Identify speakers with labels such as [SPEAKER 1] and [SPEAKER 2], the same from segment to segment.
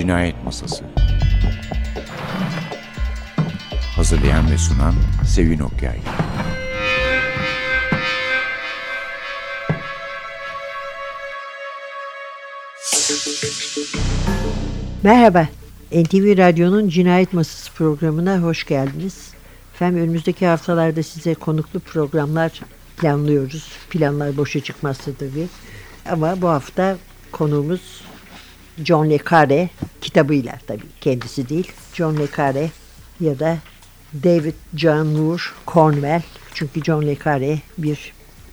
[SPEAKER 1] Cinayet Masası. Hazırlayan ve sunan Sevin Okyay.
[SPEAKER 2] Merhaba, NTV Radyo'nun Cinayet Masası programına hoş geldiniz. Efendim önümüzdeki haftalarda size konuklu programlar planlıyoruz. Planlar boşa çıkmazsa tabii. Ama bu hafta konuğumuz John le Carré kitabıyla, tabii kendisi değil. John le Carré ya da David John Moore Cornwell. Çünkü John le Carré bir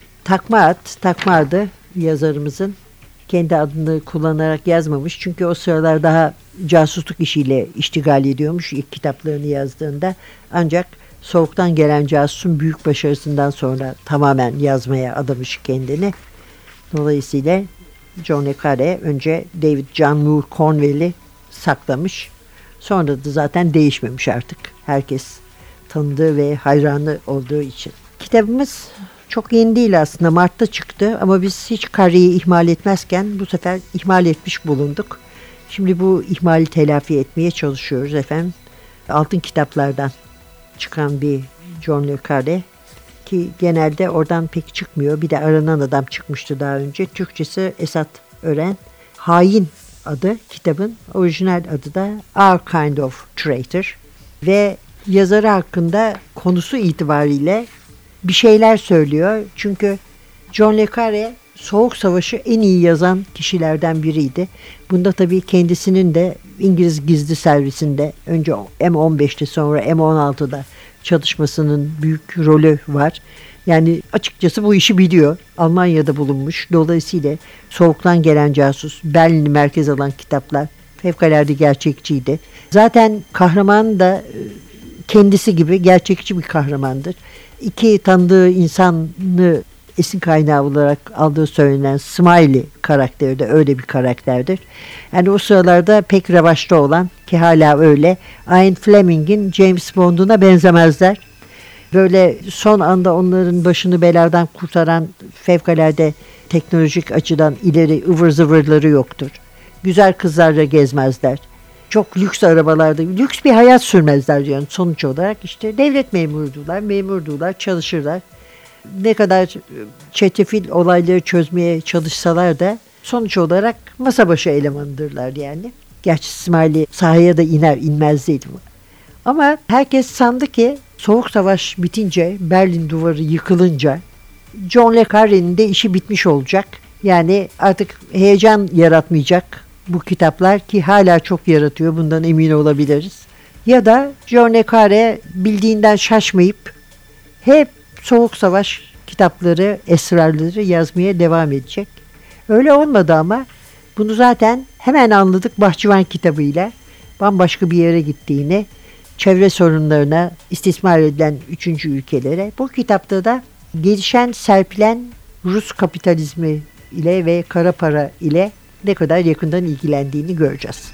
[SPEAKER 2] takma adı yazarımızın. Kendi adını kullanarak yazmamış. Çünkü o sıralar daha casusluk işiyle iştigal ediyormuş ilk kitaplarını yazdığında. Ancak Soğuktan Gelen Casus'un büyük başarısından sonra tamamen yazmaya adamış kendini. Dolayısıyla John le Carré önce David John Moore Cornwell'i saklamış. Sonra da zaten değişmemiş artık. Herkes tanıdığı ve hayranı olduğu için. Kitabımız çok yeni değil aslında. Mart'ta çıktı ama biz hiç Carré'yi ihmal etmezken bu sefer ihmal etmiş bulunduk. Şimdi bu ihmali telafi etmeye çalışıyoruz efendim. Altın kitaplardan çıkan bir John le Carré ki genelde oradan pek çıkmıyor. Bir de Aranan Adam çıkmıştı daha önce. Türkçesi Esat Ören. Hain adı kitabın. Orijinal adı da Our Kind of Traitor. Ve yazarı hakkında konusu itibariyle bir şeyler söylüyor. Çünkü John le Carré Soğuk Savaş'ı en iyi yazan kişilerden biriydi. Bunda tabii kendisinin de İngiliz gizli servisinde önce M15'te sonra M16'da çalışmasının büyük rolü var. Yani açıkçası bu işi biliyor. Almanya'da bulunmuş. Dolayısıyla Soğuktan Gelen Casus, Berlin'i merkez alan kitaplar fevkalade gerçekçiydi. Zaten kahraman da kendisi gibi gerçekçi bir kahramandır. İki tanıdığı insanı esin kaynağı olarak aldığı söylenen Smiley karakteri de öyle bir karakterdir. Yani o sıralarda pek revaçta olan ki hala öyle Ian Fleming'in James Bond'una benzemezler. Böyle son anda onların başını beladan kurtaran fevkalade teknolojik açıdan ileri ıvır zıvırları yoktur. Güzel kızlarla gezmezler. Çok lüks arabalarda, lüks bir hayat sürmezler yani sonuç olarak işte devlet memurdular, çalışırlar. Ne kadar çetrefil olayları çözmeye çalışsalar da sonuç olarak masa başı elemanıdırlar yani. Gerçi Smiley sahaya da inmez değil mi? Ama herkes sandı ki Soğuk Savaş bitince, Berlin Duvarı yıkılınca John le Carré'nin de işi bitmiş olacak. Yani artık heyecan yaratmayacak bu kitaplar ki hala çok yaratıyor, bundan emin olabiliriz. Ya da John le Carré bildiğinden şaşmayıp hep Soğuk Savaş kitapları, esrarları yazmaya devam edecek. Öyle olmadı ama bunu zaten hemen anladık Bahçıvan kitabıyla. Bambaşka bir yere gittiğini, çevre sorunlarına, istismar edilen 3. ülkelere. Bu kitapta da gelişen, serpilen Rus kapitalizmi ile ve kara para ile ne kadar yakından ilgilendiğini göreceğiz.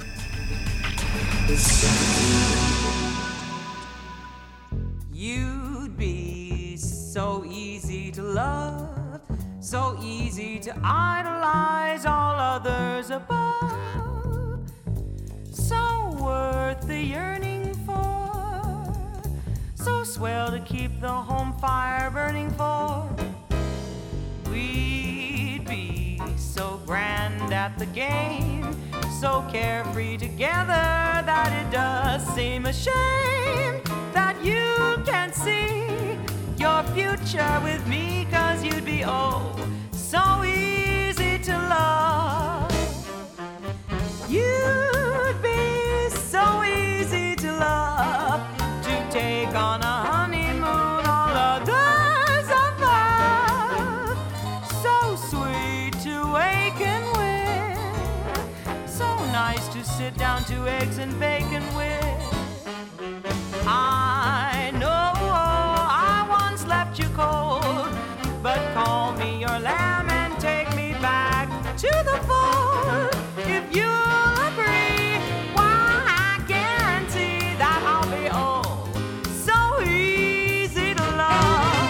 [SPEAKER 3] So easy to love, so easy to idolize all others above, so worth the yearning for, so swell to keep the home fire burning for. We'd be so grand at the game, so carefree together that it does seem a shame that you can't see your future with me, 'cause you'd be oh so easy to love. You'd be so easy to love, to take on a honeymoon all others above, so sweet to waken with, so nice to sit down to eggs and bacon with. I know left you cold, but call me your lamb and take me back to the fold. If you'll agree, why I guarantee that I'll be oh so easy to love.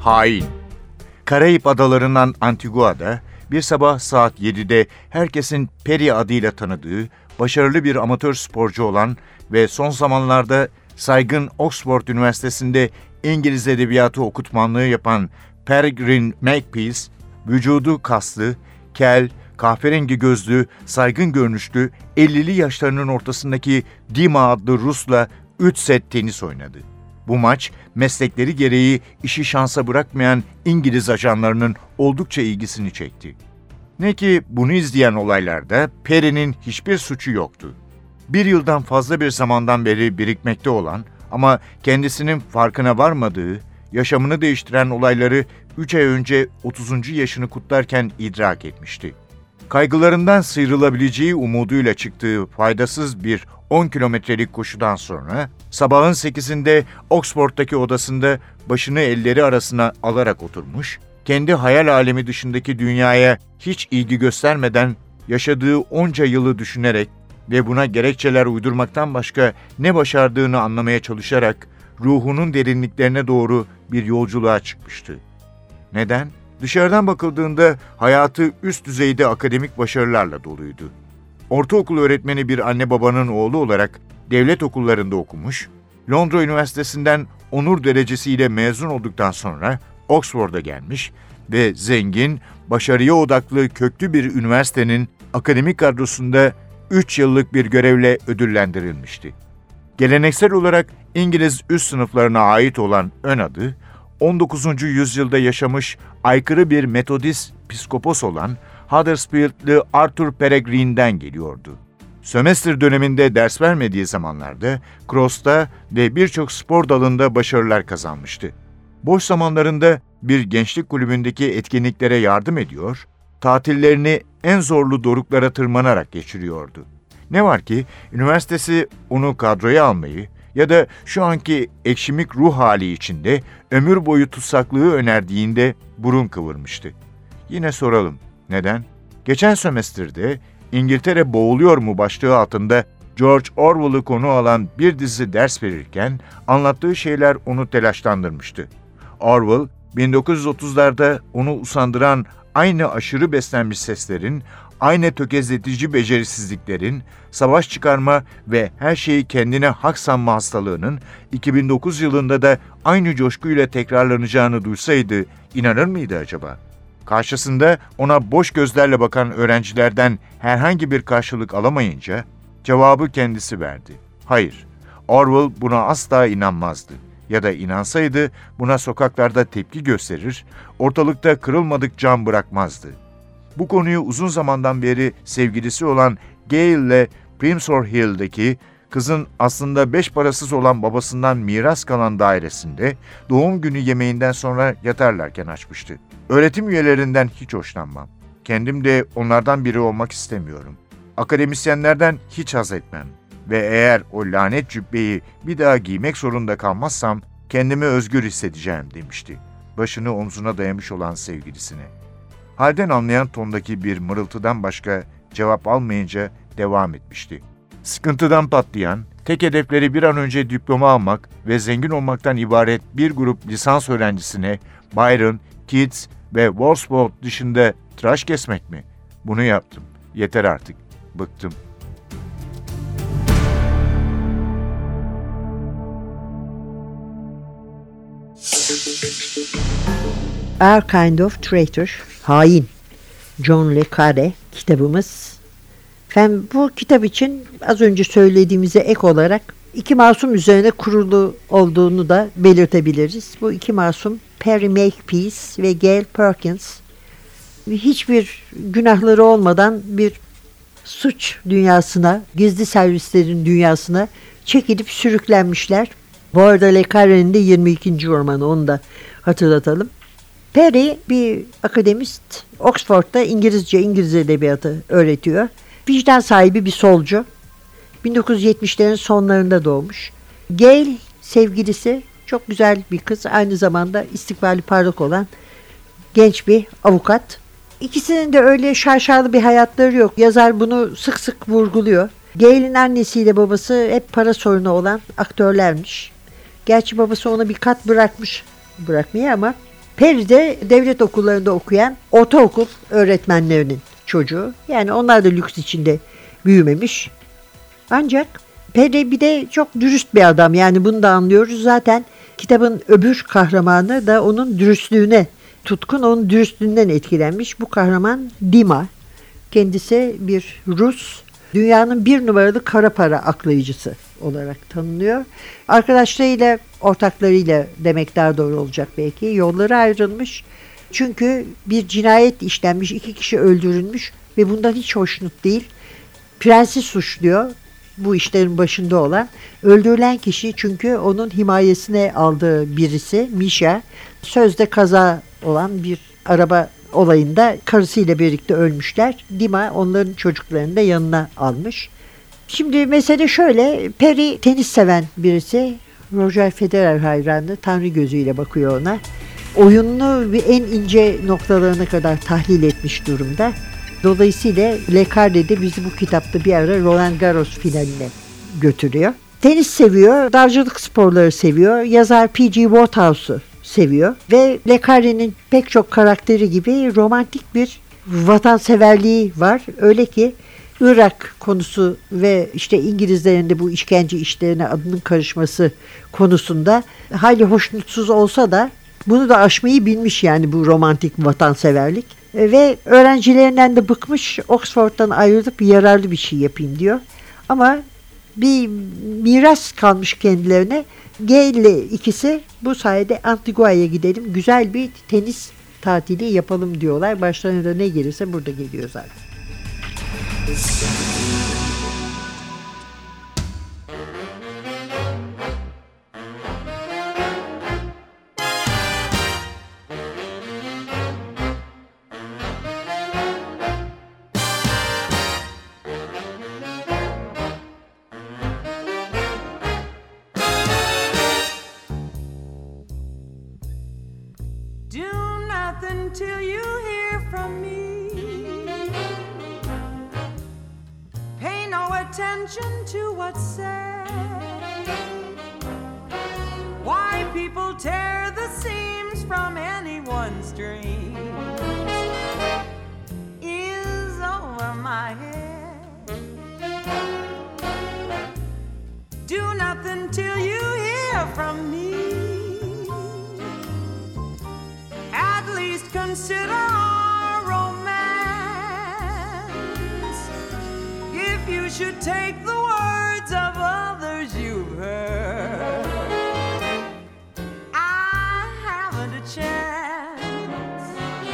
[SPEAKER 1] Hain. Karayip adalarından Antigua'da bir sabah saat 7'de herkesin Perry adıyla tanıdığı başarılı bir amatör sporcu olan ve son zamanlarda saygın Oxford Üniversitesi'nde İngiliz edebiyatı okutmanlığı yapan Peregrine Makepeace, vücudu kaslı, kel, kahverengi gözlü, saygın görünüşlü, 50'li yaşlarının ortasındaki Dima adlı Rus'la 3 set tenis oynadı. Bu maç, meslekleri gereği işi şansa bırakmayan İngiliz ajanlarının oldukça ilgisini çekti. Ne ki bunu izleyen olaylarda Perry'nin hiçbir suçu yoktu. Bir yıldan fazla bir zamandan beri birikmekte olan ama kendisinin farkına varmadığı, yaşamını değiştiren olayları 3 ay önce 30. yaşını kutlarken idrak etmişti. Kaygılarından sıyrılabileceği umuduyla çıktığı faydasız bir 10 kilometrelik koşudan sonra sabahın 8'inde Oxford'daki odasında başını elleri arasına alarak oturmuş, kendi hayal alemi dışındaki dünyaya hiç ilgi göstermeden yaşadığı onca yılı düşünerek ve buna gerekçeler uydurmaktan başka ne başardığını anlamaya çalışarak ruhunun derinliklerine doğru bir yolculuğa çıkmıştı. Neden? Dışarıdan bakıldığında hayatı üst düzeyde akademik başarılarla doluydu. Ortaokul öğretmeni bir anne babanın oğlu olarak devlet okullarında okumuş, Londra Üniversitesi'nden onur derecesiyle mezun olduktan sonra Oxford'a gelmiş ve zengin, başarıya odaklı köklü bir üniversitenin akademik kadrosunda 3 yıllık bir görevle ödüllendirilmişti. Geleneksel olarak İngiliz üst sınıflarına ait olan ön adı, 19. yüzyılda yaşamış aykırı bir Metodist piskopos olan Huddersfield'lı Arthur Peregrine'den geliyordu. Sömestr döneminde ders vermediği zamanlarda cross'ta ve birçok spor dalında başarılar kazanmıştı. Boş zamanlarında bir gençlik kulübündeki etkinliklere yardım ediyor, tatillerini en zorlu doruklara tırmanarak geçiriyordu. Ne var ki üniversitesi onu kadroya almayı ya da şu anki ekşimik ruh hali içinde ömür boyu tutsaklığı önerdiğinde burun kıvırmıştı. Yine soralım, neden? Geçen sömestrde İngiltere boğuluyor mu başlığı altında George Orwell'ı konu alan bir dizi ders verirken anlattığı şeyler onu telaşlandırmıştı. Orwell, 1930'larda onu usandıran aynı aşırı beslenmiş seslerin, aynı tökezletici becerisizliklerin, savaş çıkarma ve her şeyi kendine hak sanma hastalığının 2009 yılında da aynı coşkuyla tekrarlanacağını duysaydı inanır mıydı acaba? Karşısında ona boş gözlerle bakan öğrencilerden herhangi bir karşılık alamayınca cevabı kendisi verdi. Hayır, Orwell buna asla inanmazdı. Ya da inansaydı buna sokaklarda tepki gösterir, ortalıkta kırılmadık cam bırakmazdı. Bu konuyu uzun zamandan beri sevgilisi olan Gail ile Primsor Hill'deki kızın aslında 5 parasız olan babasından miras kalan dairesinde doğum günü yemeğinden sonra yatarlarken açmıştı. Öğretim üyelerinden hiç hoşlanmam. Kendim de onlardan biri olmak istemiyorum. Akademisyenlerden hiç haz etmem. Ve eğer o lanet cübbeyi bir daha giymek zorunda kalmazsam kendimi özgür hissedeceğim demişti. Başını omzuna dayamış olan sevgilisine. Halden anlayan tondaki bir mırıltıdan başka cevap almayınca devam etmişti. Sıkıntıdan patlayan, tek hedefleri bir an önce diploma almak ve zengin olmaktan ibaret bir grup lisans öğrencisine Byron, Keats ve Wordsworth dışında tıraş kesmek mi? Bunu yaptım. Yeter artık. Bıktım.
[SPEAKER 2] Our Kind of Traitor, Hain, John le Carré kitabımız. Efendim, bu kitap için az önce söylediğimize ek olarak 2 masum üzerine kurulu olduğunu da belirtebiliriz. Bu 2 masum Perry Makepeace ve Gail Perkins hiçbir günahları olmadan bir suç dünyasına, gizli servislerin dünyasına çekilip sürüklenmişler. Bu arada Le Carré'nin de 22. romanı, onu da hatırlatalım. Perry bir akademist, Oxford'da İngiliz edebiyatı öğretiyor. Vicdan sahibi bir solcu. 1970'lerin sonlarında doğmuş. Gail sevgilisi, çok güzel bir kız, aynı zamanda istikbali parlak olan genç bir avukat. İkisinin de öyle şaşalı bir hayatları yok. Yazar bunu sık sık vurguluyor. Gail'in annesiyle babası hep para sorunu olan aktörlermiş. Gerçi babası ona bir kat bırakmış. Bırakmaya ama Perry de devlet okullarında okuyan ortaokul öğretmenlerinin çocuğu. Yani onlar da lüks içinde büyümemiş. Ancak Perry bir de çok dürüst bir adam. Yani bunu da anlıyoruz. Zaten kitabın öbür kahramanı da onun dürüstlüğüne tutkun, onun dürüstlüğünden etkilenmiş. Bu kahraman Dima. Kendisi bir Rus, dünyanın bir numaralı kara para aklayıcısı olarak tanınıyor. Arkadaşlarıyla, ortaklarıyla demek daha doğru olacak belki, yolları ayrılmış. Çünkü bir cinayet işlenmiş, 2 kişi öldürülmüş ve bundan hiç hoşnut değil. Prensi suçluyor, bu işlerin başında olan. Öldürülen kişi çünkü onun himayesine aldığı birisi, Misha, sözde kaza olan bir araba olayında karısıyla birlikte ölmüşler. Dima onların çocuklarını da yanına almış. Şimdi mesele şöyle, Perry tenis seven birisi, Roger Federer hayranı, tanrı gözüyle bakıyor ona. Oyununu en ince noktalarına kadar tahlil etmiş durumda. Dolayısıyla Le Carre'de bizi bu kitapta bir ara Roland Garros finaline götürüyor. Tenis seviyor, dağcılık sporları seviyor, yazar P.G. Wodehouse'u seviyor ve Le Carre'nin pek çok karakteri gibi romantik bir vatanseverliği var. Öyle ki Irak konusu ve işte İngilizlerin de bu işkence işlerine adının karışması konusunda hayli hoşnutsuz olsa da bunu da aşmayı bilmiş, yani bu romantik vatanseverlik. Ve öğrencilerinden de bıkmış, Oxford'dan ayrılıp yararlı bir şey yapayım diyor. Ama bir miras kalmış kendilerine. G ile ikisi bu sayede Antigua'ya gidelim, güzel bir tenis tatili yapalım diyorlar. Başlarına da ne gelirse burada geliyor zaten.
[SPEAKER 3] Do nothing till you hear from me. Pay no attention to what's said. Why people tear the seams from anyone's dreams is over my head. Do nothing till you hear from me. Consider our romance. If you should take the words of others you've heard, I haven't a chance.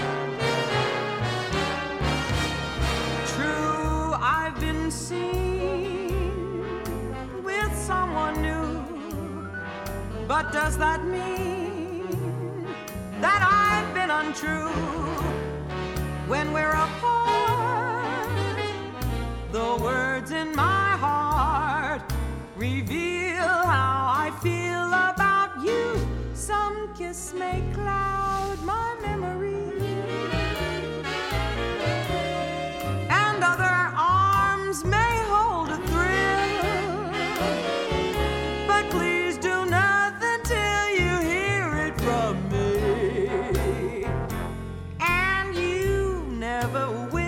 [SPEAKER 3] True, I've been seen with someone new, but does that mean that I've been untrue? When we're apart, the words in my heart reveal how I feel about you. Some kiss may cloud my memory, and other arms may hold a thrill, but please do nothing till you hear it from me. Never will.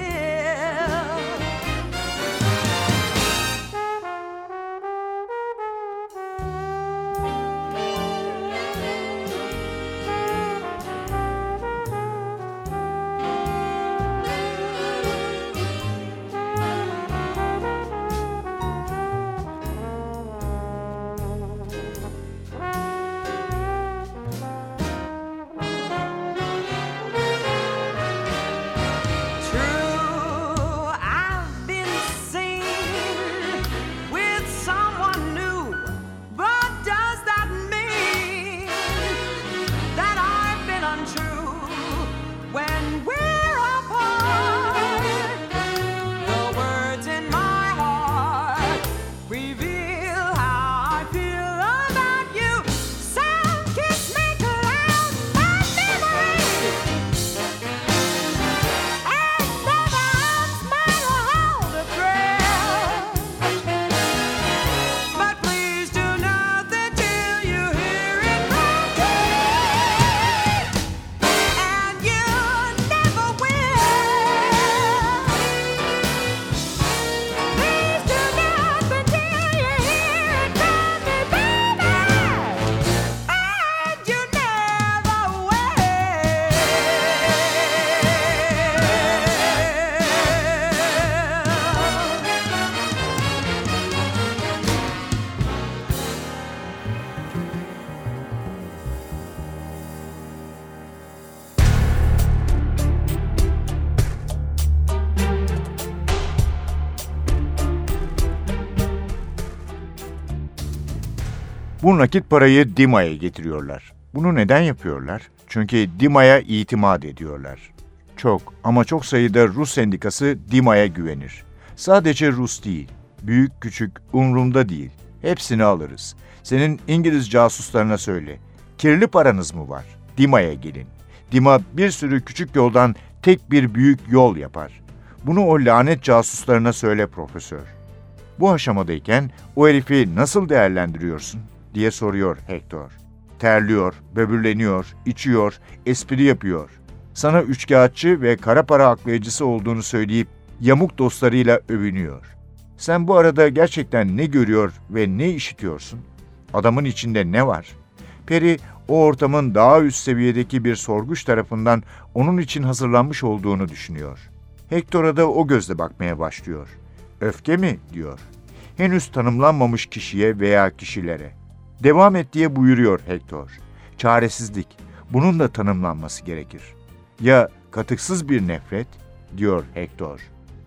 [SPEAKER 1] Bu nakit parayı Dima'ya getiriyorlar. Bunu neden yapıyorlar? Çünkü Dima'ya itimat ediyorlar. Çok ama çok sayıda Rus sendikası Dima'ya güvenir. Sadece Rus değil, büyük küçük umrumda değil. Hepsini alırız. Senin İngiliz casuslarına söyle. Kirli paranız mı var? Dima'ya gelin. Dima bir sürü küçük yoldan tek bir büyük yol yapar. Bunu o lanet casuslarına söyle profesör. Bu aşamadayken o herifi nasıl değerlendiriyorsun diye soruyor Hector. Terliyor, böbürleniyor, içiyor, espri yapıyor. Sana üçkağıtçı ve kara para aklayıcısı olduğunu söyleyip yamuk dostlarıyla övünüyor. Sen bu arada gerçekten ne görüyor ve ne işitiyorsun? Adamın içinde ne var? Peri, o ortamın daha üst seviyedeki bir sorguç tarafından onun için hazırlanmış olduğunu düşünüyor. Hector'a da o gözle bakmaya başlıyor. Öfke mi? Diyor. Henüz tanımlanmamış kişiye veya kişilere. Devam et diye buyuruyor Hector. Çaresizlik. Bunun da tanımlanması gerekir. Ya katıksız bir nefret? Diyor Hector.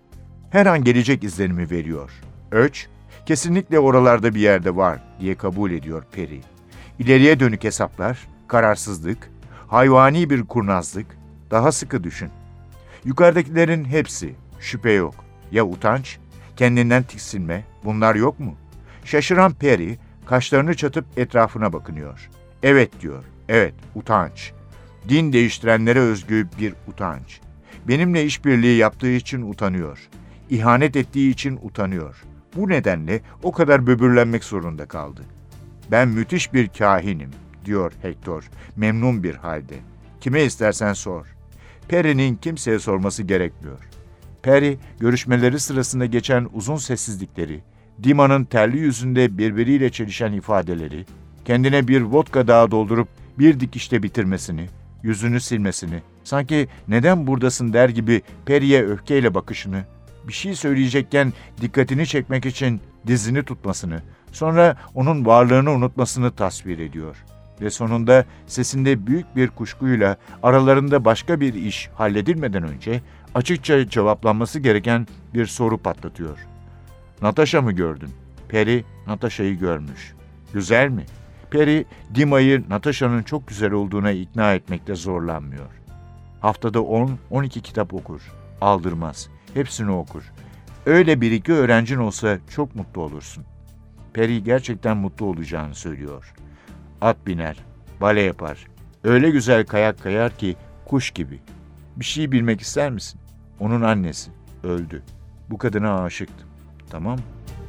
[SPEAKER 1] Her an gelecek izlenimi veriyor. Öç, kesinlikle oralarda bir yerde var diye kabul ediyor Peri. İleriye dönük hesaplar, kararsızlık, hayvani bir kurnazlık, daha sıkı düşün. Yukarıdakilerin hepsi, şüphe yok. Ya utanç, kendinden tiksinme, bunlar yok mu? Şaşıran Peri, kaşlarını çatıp etrafına bakınıyor. Evet diyor, evet, utanç. Din değiştirenlere özgü bir utanç. Benimle işbirliği yaptığı için utanıyor. İhanet ettiği için utanıyor. Bu nedenle o kadar böbürlenmek zorunda kaldı. Ben müthiş bir kahinim, diyor Hector, memnun bir halde. Kime istersen sor. Peri'nin kimseye sorması gerekmiyor. Peri, görüşmeleri sırasında geçen uzun sessizlikleri, Dima'nın terli yüzünde birbiriyle çelişen ifadeleri, kendine bir vodka daha doldurup bir dikişte bitirmesini, yüzünü silmesini, sanki neden buradasın der gibi Peri'ye öfkeyle bakışını, bir şey söyleyecekken dikkatini çekmek için dizini tutmasını, sonra onun varlığını unutmasını tasvir ediyor. Ve sonunda sesinde büyük bir kuşkuyla aralarında başka bir iş halledilmeden önce açıkça cevaplanması gereken bir soru patlatıyor. Natasha mı gördün? Peri, Natasha'yı görmüş. Güzel mi? Peri, Dima'yı Natasha'nın çok güzel olduğuna ikna etmekte zorlanmıyor. Haftada 10-12 kitap okur. Aldırmaz. Hepsini okur. Öyle bir iki öğrencin olsa çok mutlu olursun. Peri gerçekten mutlu olacağını söylüyor. At biner, bale yapar. Öyle güzel kayak kayar ki kuş gibi. Bir şey bilmek ister misin? Onun annesi öldü. Bu kadına aşıktım. Tamam.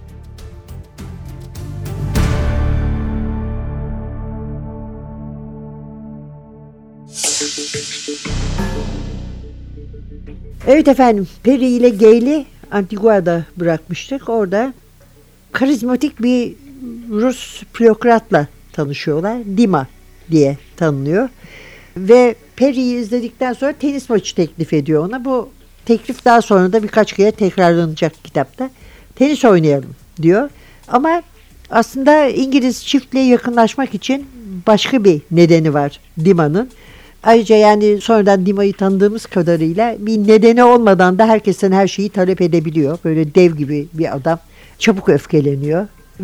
[SPEAKER 2] Evet efendim, Peri ile Gale'i Antigua'da bırakmıştık. Orada karizmatik bir Rus bürokratla tanışıyorlar. Dima diye tanınıyor. Ve Peri'yi izledikten sonra tenis maçı teklif ediyor ona. Bu teklif daha sonra da birkaç kere tekrarlanacak kitapta. Tenis oynayalım diyor. Ama aslında İngiliz çiftle yakınlaşmak için başka bir nedeni var Dima'nın. Ayrıca yani sonradan Dima'yı tanıdığımız kadarıyla bir nedeni olmadan da herkesten her şeyi talep edebiliyor. Böyle dev gibi bir adam. Çabuk öfkeleniyor.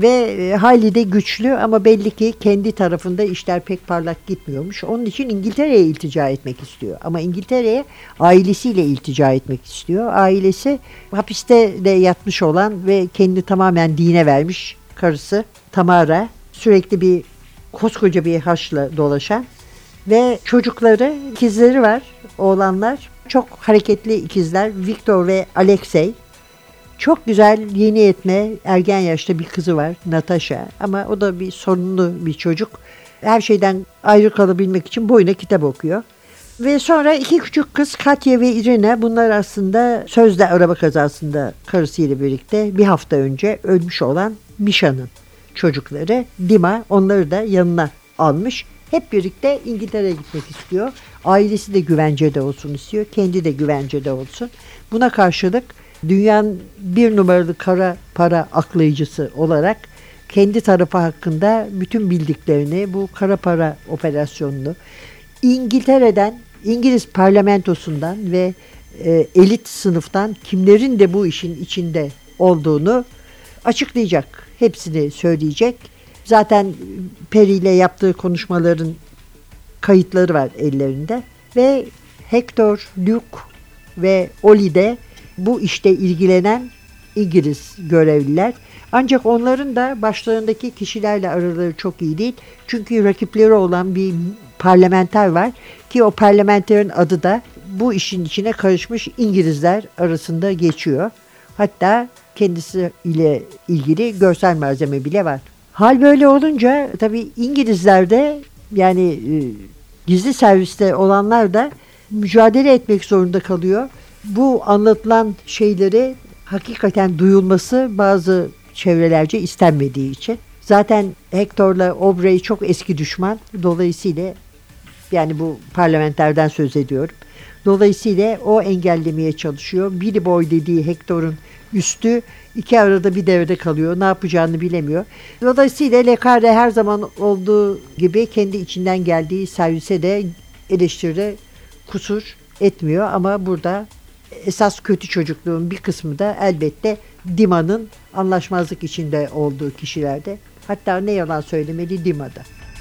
[SPEAKER 2] Ve hali de güçlü ama belli ki kendi tarafında işler pek parlak gitmiyormuş. Onun için İngiltere'ye iltica etmek istiyor. Ama İngiltere'ye ailesiyle iltica etmek istiyor. Ailesi hapiste de yatmış olan ve kendini tamamen dine vermiş karısı Tamara. Sürekli bir koskoca bir haçla dolaşan ve çocukları, ikizleri var, oğlanlar. Çok hareketli ikizler Viktor ve Alexey. Çok güzel yeni yetme ergen yaşta bir kızı var Natasha ama o da bir sorunlu bir çocuk. Her şeyden ayrı kalabilmek için boyuna kitap okuyor. Ve sonra iki küçük kız Katya ve Irina, bunlar aslında sözde araba kazasında karısıyla birlikte bir hafta önce ölmüş olan Misha'nın çocukları. Dima onları da yanına almış. Hep birlikte İngiltere'ye gitmek istiyor. Ailesi de güvencede olsun istiyor. Kendi de güvencede olsun. Buna karşılık dünyanın bir numaralı kara para aklayıcısı olarak kendi tarafı hakkında bütün bildiklerini, bu kara para operasyonunu İngiltere'den, İngiliz parlamentosundan ve elit sınıftan kimlerin de bu işin içinde olduğunu açıklayacak. Hepsini söyleyecek Zaten Peri ile yaptığı konuşmaların kayıtları var ellerinde ve Hector, Luke ve Ollie de bu işte ilgilenen İngiliz görevliler. Ancak onların da başlarındaki kişilerle araları çok iyi değil. Çünkü rakipleri olan bir parlamenter var ki o parlamenterin adı da bu işin içine karışmış İngilizler arasında geçiyor. Hatta kendisi ile ilgili görsel malzeme bile var. Hal böyle olunca tabii İngilizler de yani gizli serviste olanlar da mücadele etmek zorunda kalıyor. Bu anlatılan şeyleri hakikaten duyulması bazı çevrelerce istenmediği için. Zaten Hector'la Aubrey çok eski düşman. Dolayısıyla yani bu parlamenterden söz ediyorum. Dolayısıyla o engellemeye çalışıyor. Billy Boy dediği Hector'un üstü iki arada bir devrede kalıyor. Ne yapacağını bilemiyor. Dolayısıyla Le Carre her zaman olduğu gibi kendi içinden geldiği servise de eleştiride kusur etmiyor. Ama burada esas kötü çocukluğun bir kısmı da elbette Dima'nın anlaşmazlık içinde olduğu kişilerde. Hatta ne yalan söylemeli Dima'da.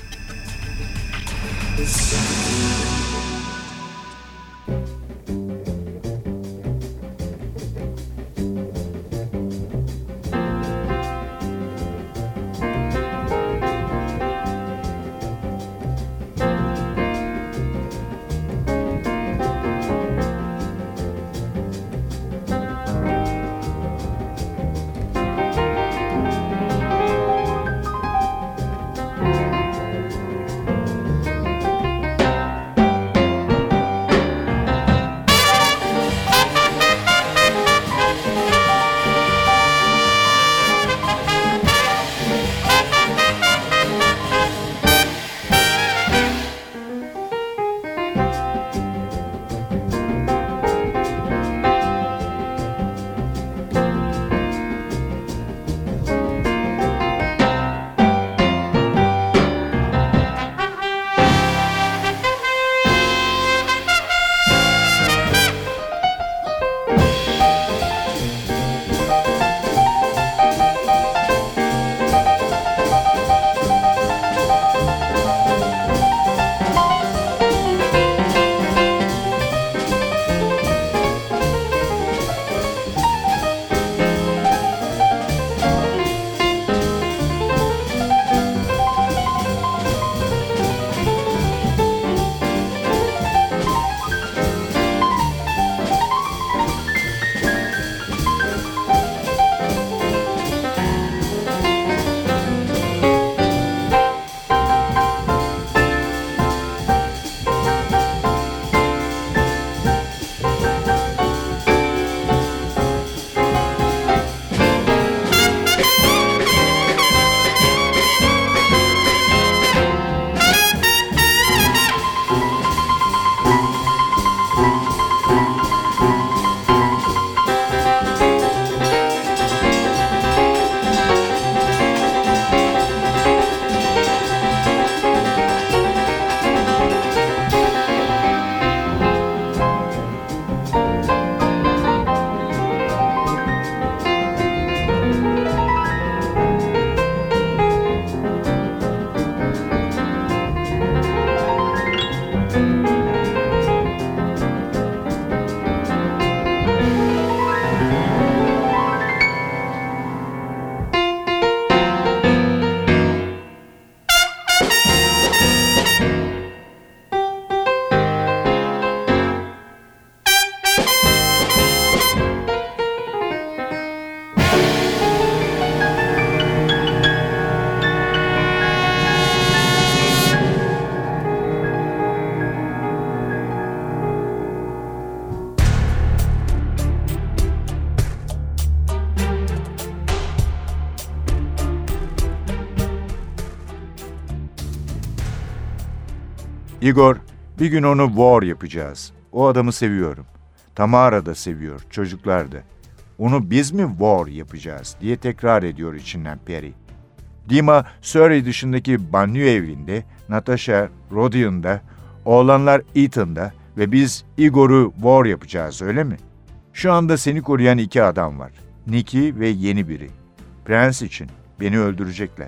[SPEAKER 1] Igor, bir gün onu war yapacağız. O adamı seviyorum. Tamara da seviyor, çocuklar da. Onu biz mi war yapacağız diye tekrar ediyor içinden Peri. Dima, Surrey dışındaki banyo evinde, Natasha, Rodion'da, oğlanlar Ethan'da ve biz Igor'u war yapacağız, öyle mi? Şu anda seni koruyan 2 adam var. Nicky ve yeni biri. Prens için beni öldürecekler.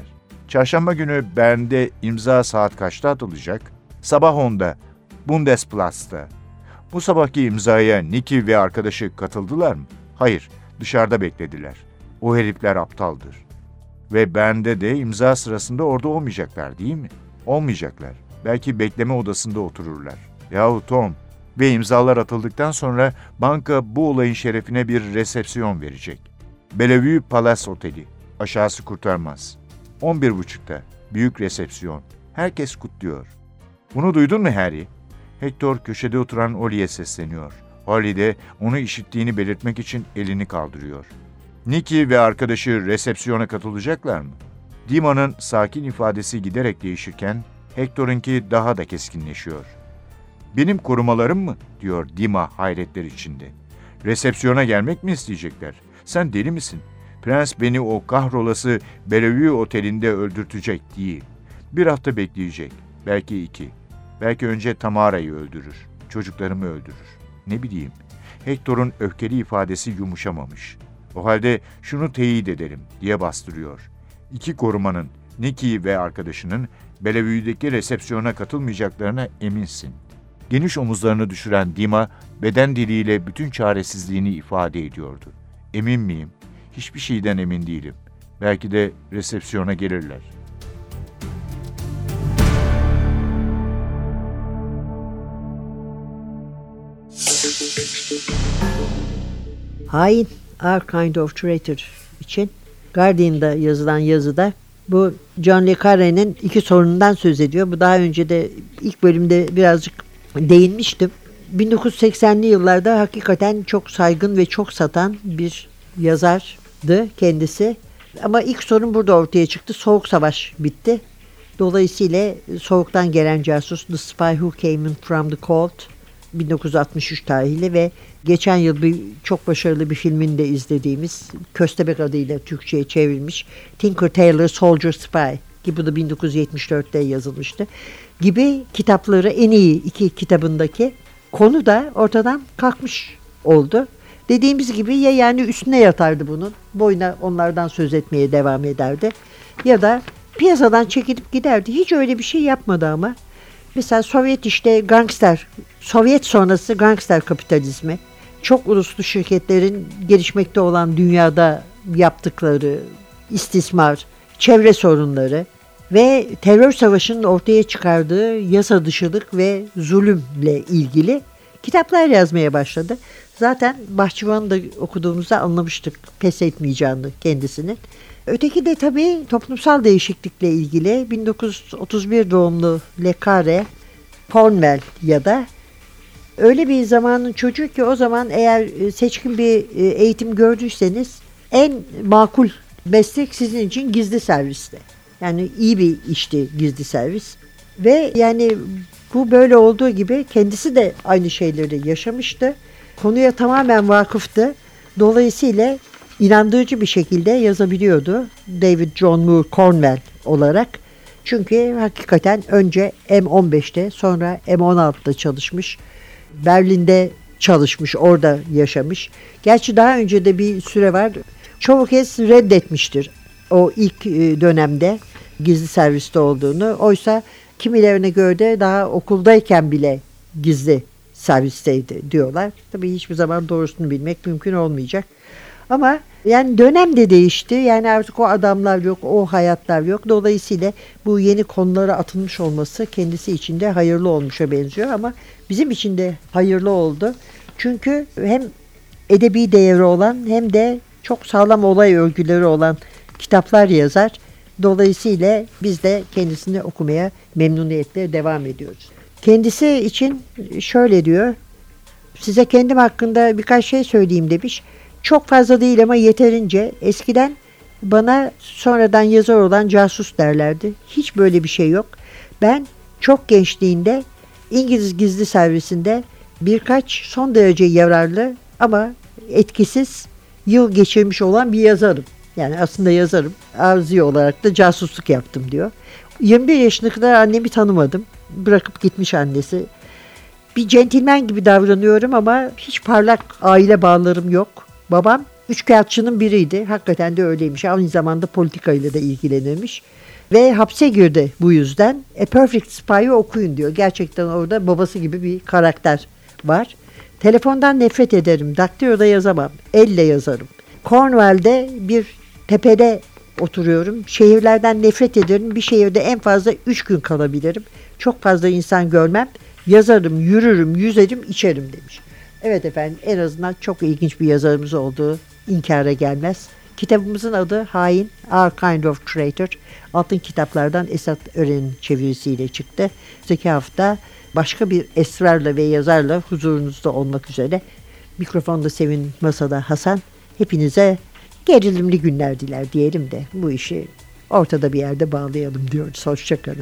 [SPEAKER 1] Çarşamba günü Bern'de imza saat kaçta atılacak? Sabah 10'da, Bundesplatz'ta. Bu sabahki imzaya Nicky ve arkadaşı katıldılar mı? Hayır, dışarıda beklediler. O herifler aptaldır. Ve Bern'de de imza sırasında orada olmayacaklar değil mi? Olmayacaklar. Belki bekleme odasında otururlar. Yahu Tom, ve imzalar atıldıktan sonra banka bu olayın şerefine bir resepsiyon verecek. Bellevue Palace Oteli. Aşağısı kurtarmaz. 11.30'da. Büyük resepsiyon. Herkes kutluyor. Bunu duydun mu Harry? Hector köşede oturan Ollie'ye sesleniyor. Ollie de onu işittiğini belirtmek için elini kaldırıyor. Nicky ve arkadaşı resepsiyona katılacaklar mı? Dima'nın sakin ifadesi giderek değişirken Hector'unki daha da keskinleşiyor. Benim korumalarım mı? Diyor Dima hayretler içinde. Resepsiyona gelmek mi isteyecekler? Sen deli misin? Prens beni o kahrolası Bellevue Oteli'nde öldürtecek değil. Bir hafta bekleyecek. Belki 2. Belki önce Tamara'yı öldürür. Çocuklarımı öldürür. Ne bileyim. Hector'un öfkeli ifadesi yumuşamamış. O halde şunu teyit ederim diye bastırıyor. 2 korumanın, Nicky ve arkadaşının Bellevue'deki resepsiyona katılmayacaklarına eminsin. Geniş omuzlarını düşüren Dima, beden diliyle bütün çaresizliğini ifade ediyordu. Emin miyim? Hiçbir şeyden emin değilim. Belki de resepsiyona gelirler.
[SPEAKER 2] Hain, Our Kind of Traitor için Guardian'da yazılan yazıda bu John le Carré'nin 2 sorunundan söz ediyor. Bu daha önce de ilk bölümde birazcık değinmiştim. 1980'li yıllarda hakikaten çok saygın ve çok satan bir yazardı kendisi. Ama ilk sorun burada ortaya çıktı. Soğuk Savaş bitti. Dolayısıyla soğuktan gelen casus The Spy Who Came In From The Cold 1963 tarihli ve geçen yıl çok başarılı bir filmini de izlediğimiz Köstebek adıyla Türkçe'ye çevrilmiş Tinker Tailor Soldier Spy ki bu da 1974'te yazılmıştı gibi kitapları en iyi 2 kitabındaki konu da ortadan kalkmış oldu. Dediğimiz gibi ya yani üstüne yatardı bunun, boyuna onlardan söz etmeye devam ederdi ya da piyasadan çekilip giderdi. Hiç öyle bir şey yapmadı ama. Mesela Sovyet Sovyet sonrası gangster kapitalizmi, çok uluslu şirketlerin gelişmekte olan dünyada yaptıkları istismar, çevre sorunları ve terör savaşının ortaya çıkardığı yasa dışılık ve zulümle ilgili kitaplar yazmaya başladı. Zaten Bahçıvan'ı da okuduğumuzda anlamıştık pes etmeyeceğini kendisinin. Öteki de tabii toplumsal değişiklikle ilgili 1931 doğumlu Le Carré, Cornwell ya da öyle bir zamanın çocuğu ki o zaman eğer seçkin bir eğitim gördüyseniz en makul meslek sizin için gizli serviste. Yani iyi bir işti gizli servis. Ve yani bu böyle olduğu gibi kendisi de aynı şeyleri yaşamıştı. Konuya tamamen vakıftı. Dolayısıyla inandırıcı bir şekilde yazabiliyordu David John Moore Cornwell olarak. Çünkü hakikaten önce M15'te sonra M16'da çalışmış. Berlin'de çalışmış, orada yaşamış. Gerçi daha önce de bir süre var. Çoğu kez reddetmiştir o ilk dönemde gizli serviste olduğunu. Oysa kimilerine göre de daha okuldayken bile gizli servisteydi diyorlar. Tabii hiçbir zaman doğrusunu bilmek mümkün olmayacak. Ama yani dönem de değişti. Yani artık o adamlar yok, o hayatlar yok. Dolayısıyla bu yeni konulara atılmış olması kendisi için de hayırlı olmuşa benziyor. Ama bizim için de hayırlı oldu. Çünkü hem edebi değeri olan hem de çok sağlam olay örgüleri olan kitaplar yazar. Dolayısıyla biz de kendisini okumaya memnuniyetle devam ediyoruz. Kendisi için şöyle diyor. Size kendim hakkında birkaç şey söyleyeyim demiş. Çok fazla değil ama yeterince. Eskiden bana sonradan yazar olan casus derlerdi. Hiç böyle bir şey yok. Ben çok gençliğinde İngiliz gizli servisinde birkaç son derece yararlı ama etkisiz yıl geçirmiş olan bir yazarım. Yani aslında yazarım. Arzi olarak da casusluk yaptım diyor. 21 yaşına kadar annemi tanımadım. Bırakıp gitmiş annesi. Bir centilmen gibi davranıyorum ama hiç parlak aile bağlarım yok. Babam üçkağıtçının biriydi. Hakikaten de öyleymiş. Aynı zamanda politikayla da ilgilenirmiş. Ve hapse girdi bu yüzden. A Perfect Spy'ı okuyun diyor. Gerçekten orada babası gibi bir karakter var. Telefondan nefret ederim. Daktiloda yazamam. Elle yazarım. Cornwall'de bir tepede oturuyorum. Şehirlerden nefret ederim. Bir şehirde en fazla 3 gün kalabilirim. Çok fazla insan görmem. Yazarım, yürürüm, yüzerim, içerim demiş. Evet efendim, en azından çok ilginç bir yazarımız olduğu inkara gelmez. Kitabımızın adı Hain, Our Kind of Traitor. Altın Kitaplardan Esat Ören'in çevirisiyle çıktı. Öteki hafta başka bir esrarla ve yazarla huzurunuzda olmak üzere. Mikrofonda Sevin, masada Hasan. Hepinize gerilimli günler diler diyelim de bu işi ortada bir yerde bağlayalım diyoruz. Hoşçakalın.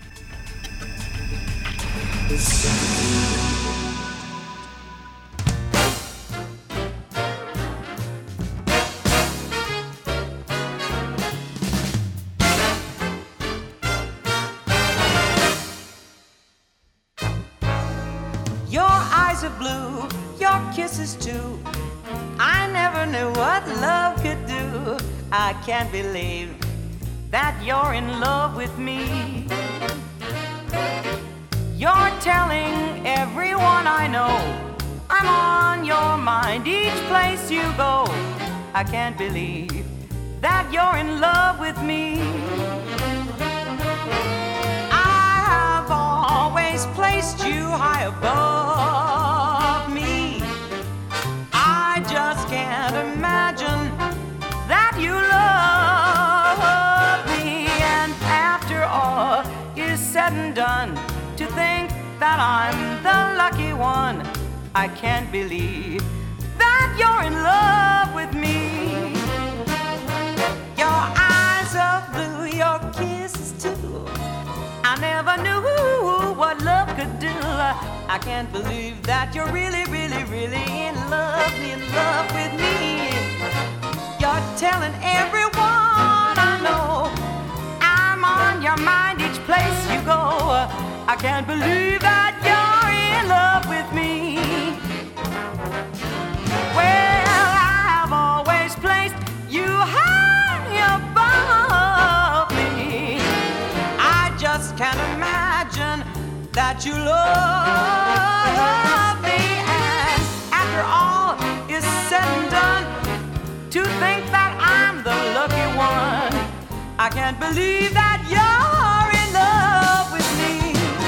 [SPEAKER 3] Your eyes are blue, your kisses too. I never knew what love could do. I can't believe that you're in love with me. You're telling everyone I know I'm on your mind each place you go. I can't believe that you're in love with me. I have always placed you high above me. I just can't imagine that you love me. And after all is said and done, to think that I'm the lucky one, I can't believe that you're in love with me. Your eyes are blue, your kisses too. I never knew what love could do. I can't believe that you're really, really, really in love with me. You're telling everyone I know I'm on your mind each place you go. I can't believe that you're in love with me. Well, I've always placed you high above me. I just can't imagine that you love me. And after all is said and done, to think that I'm the lucky one, I can't believe that you're in love with me.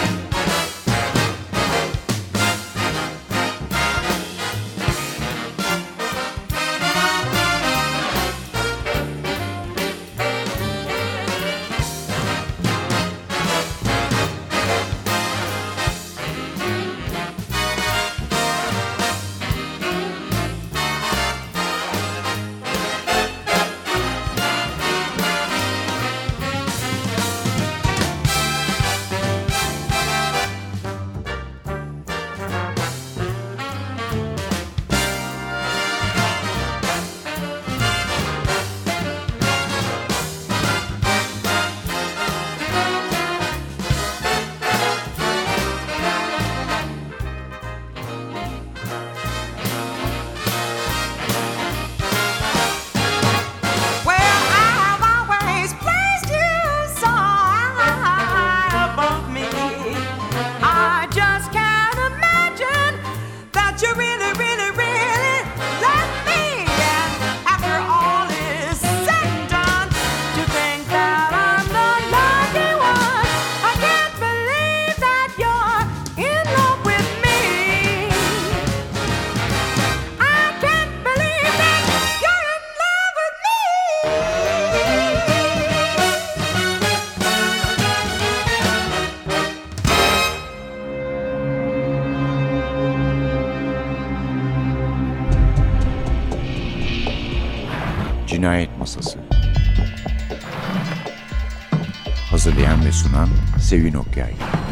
[SPEAKER 1] Cinayet Masası. Hazırlayan ve sunan Sevin Okyay.